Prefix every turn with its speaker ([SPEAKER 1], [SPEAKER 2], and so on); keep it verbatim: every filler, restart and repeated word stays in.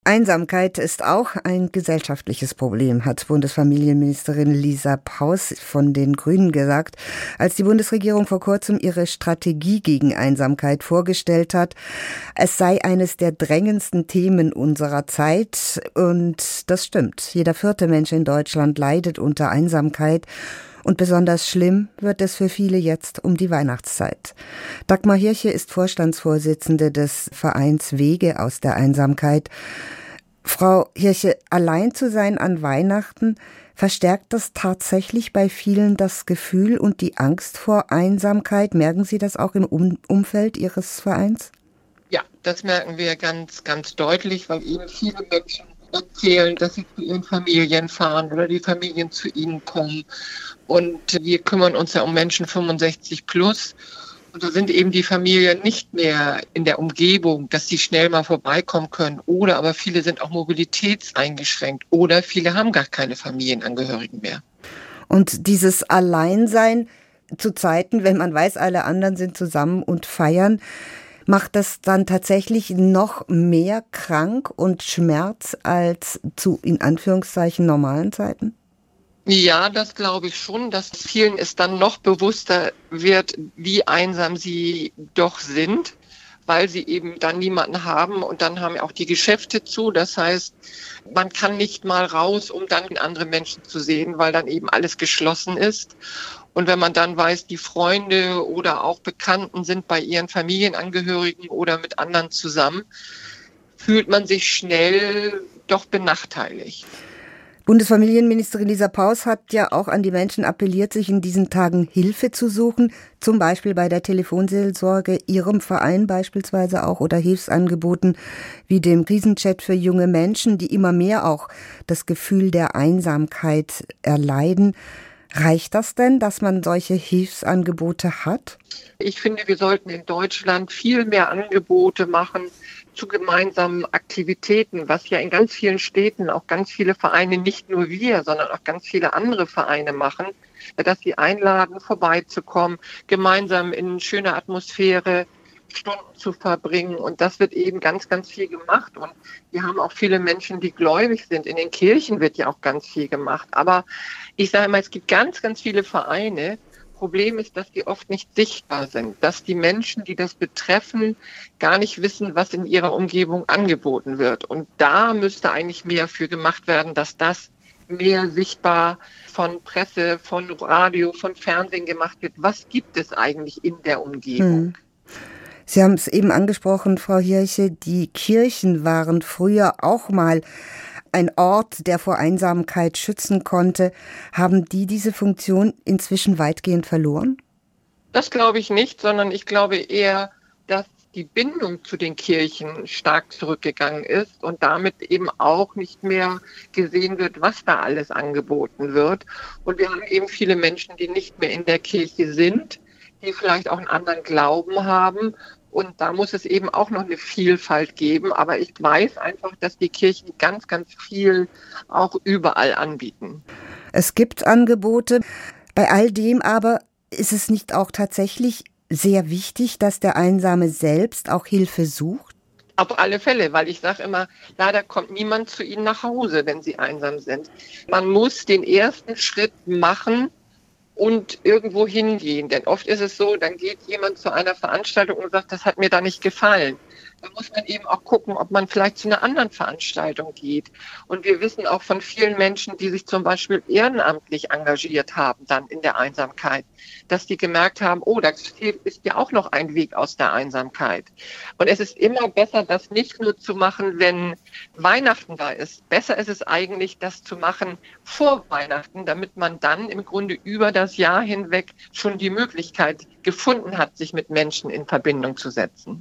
[SPEAKER 1] Einsamkeit ist auch ein gesellschaftliches Problem, hat Bundesfamilienministerin Lisa Paus von den Grünen gesagt, als die Bundesregierung vor kurzem ihre Strategie gegen Einsamkeit vorgestellt hat. Es sei eines der drängendsten Themen unserer Zeit und das stimmt. Jeder vierte Mensch in Deutschland leidet unter Einsamkeit. Und besonders schlimm wird es für viele jetzt um die Weihnachtszeit. Dagmar Hirche ist Vorstandsvorsitzende des Vereins Wege aus der Einsamkeit. Frau Hirche, allein zu sein an Weihnachten, verstärkt das tatsächlich bei vielen das Gefühl und die Angst vor Einsamkeit? Merken Sie das auch im um- Umfeld Ihres Vereins?
[SPEAKER 2] Ja, das merken wir ganz, ganz deutlich, weil eben viele Menschen erzählen, dass sie zu ihren Familien fahren oder die Familien zu ihnen kommen. Und wir kümmern uns ja um Menschen fünfundsechzig plus. Und da sind eben die Familien nicht mehr in der Umgebung, dass sie schnell mal vorbeikommen können. Oder aber viele sind auch mobilitätseingeschränkt. Oder viele haben gar keine Familienangehörigen mehr.
[SPEAKER 1] Und dieses Alleinsein zu Zeiten, wenn man weiß, alle anderen sind zusammen und feiern, macht das dann tatsächlich noch mehr krank und Schmerz als zu, in Anführungszeichen, normalen Zeiten?
[SPEAKER 2] Ja, das glaube ich schon, dass vielen es dann noch bewusster wird, wie einsam sie doch sind, weil sie eben dann niemanden haben und dann haben auch die Geschäfte zu. Das heißt, man kann nicht mal raus, um dann andere Menschen zu sehen, weil dann eben alles geschlossen ist. Und wenn man dann weiß, die Freunde oder auch Bekannten sind bei ihren Familienangehörigen oder mit anderen zusammen, fühlt man sich schnell doch benachteiligt.
[SPEAKER 1] Bundesfamilienministerin Lisa Paus hat ja auch an die Menschen appelliert, sich in diesen Tagen Hilfe zu suchen, zum Beispiel bei der Telefonseelsorge, Ihrem Verein beispielsweise auch oder Hilfsangeboten wie dem Krisenchat für junge Menschen, die immer mehr auch das Gefühl der Einsamkeit erleiden. Reicht das denn, dass man solche Hilfsangebote hat?
[SPEAKER 2] Ich finde, wir sollten in Deutschland viel mehr Angebote machen zu gemeinsamen Aktivitäten, was ja in ganz vielen Städten auch ganz viele Vereine, nicht nur wir, sondern auch ganz viele andere Vereine machen, dass sie einladen, vorbeizukommen, gemeinsam in schöner Atmosphäre Stunden zu verbringen. Und das wird eben ganz, ganz viel gemacht. Und wir haben auch viele Menschen, die gläubig sind. In den Kirchen wird ja auch ganz viel gemacht. Aber ich sage mal, es gibt ganz, ganz viele Vereine. Problem ist, dass die oft nicht sichtbar sind, dass die Menschen, die das betreffen, gar nicht wissen, was in ihrer Umgebung angeboten wird. Und da müsste eigentlich mehr für gemacht werden, dass das mehr sichtbar von Presse, von Radio, von Fernsehen gemacht wird. Was gibt es eigentlich in der Umgebung?
[SPEAKER 1] Hm. Sie haben es eben angesprochen, Frau Hirche, die Kirchen waren früher auch mal ein Ort, der vor Einsamkeit schützen konnte. Haben die diese Funktion inzwischen weitgehend verloren?
[SPEAKER 2] Das glaube ich nicht, sondern ich glaube eher, dass die Bindung zu den Kirchen stark zurückgegangen ist und damit eben auch nicht mehr gesehen wird, was da alles angeboten wird. Und wir haben eben viele Menschen, die nicht mehr in der Kirche sind, die vielleicht auch einen anderen Glauben haben. Und da muss es eben auch noch eine Vielfalt geben. Aber ich weiß einfach, dass die Kirchen ganz, ganz viel auch überall anbieten.
[SPEAKER 1] Es gibt Angebote. Bei all dem aber ist es nicht auch tatsächlich sehr wichtig, dass der Einsame selbst auch Hilfe sucht?
[SPEAKER 2] Auf alle Fälle, weil ich sage immer, leider kommt niemand zu Ihnen nach Hause, wenn Sie einsam sind. Man muss den ersten Schritt machen und irgendwo hingehen. Denn oft ist es so, dann geht jemand zu einer Veranstaltung und sagt, das hat mir da nicht gefallen. Da muss man eben auch gucken, ob man vielleicht zu einer anderen Veranstaltung geht. Und wir wissen auch von vielen Menschen, die sich zum Beispiel ehrenamtlich engagiert haben, dann in der Einsamkeit, dass die gemerkt haben, oh, das ist ja auch noch ein Weg aus der Einsamkeit. Und es ist immer besser, das nicht nur zu machen, wenn Weihnachten da ist. Besser ist es eigentlich, das zu machen vor Weihnachten, damit man dann im Grunde über das Jahr hinweg schon die Möglichkeit gefunden hat, sich mit Menschen in Verbindung zu setzen.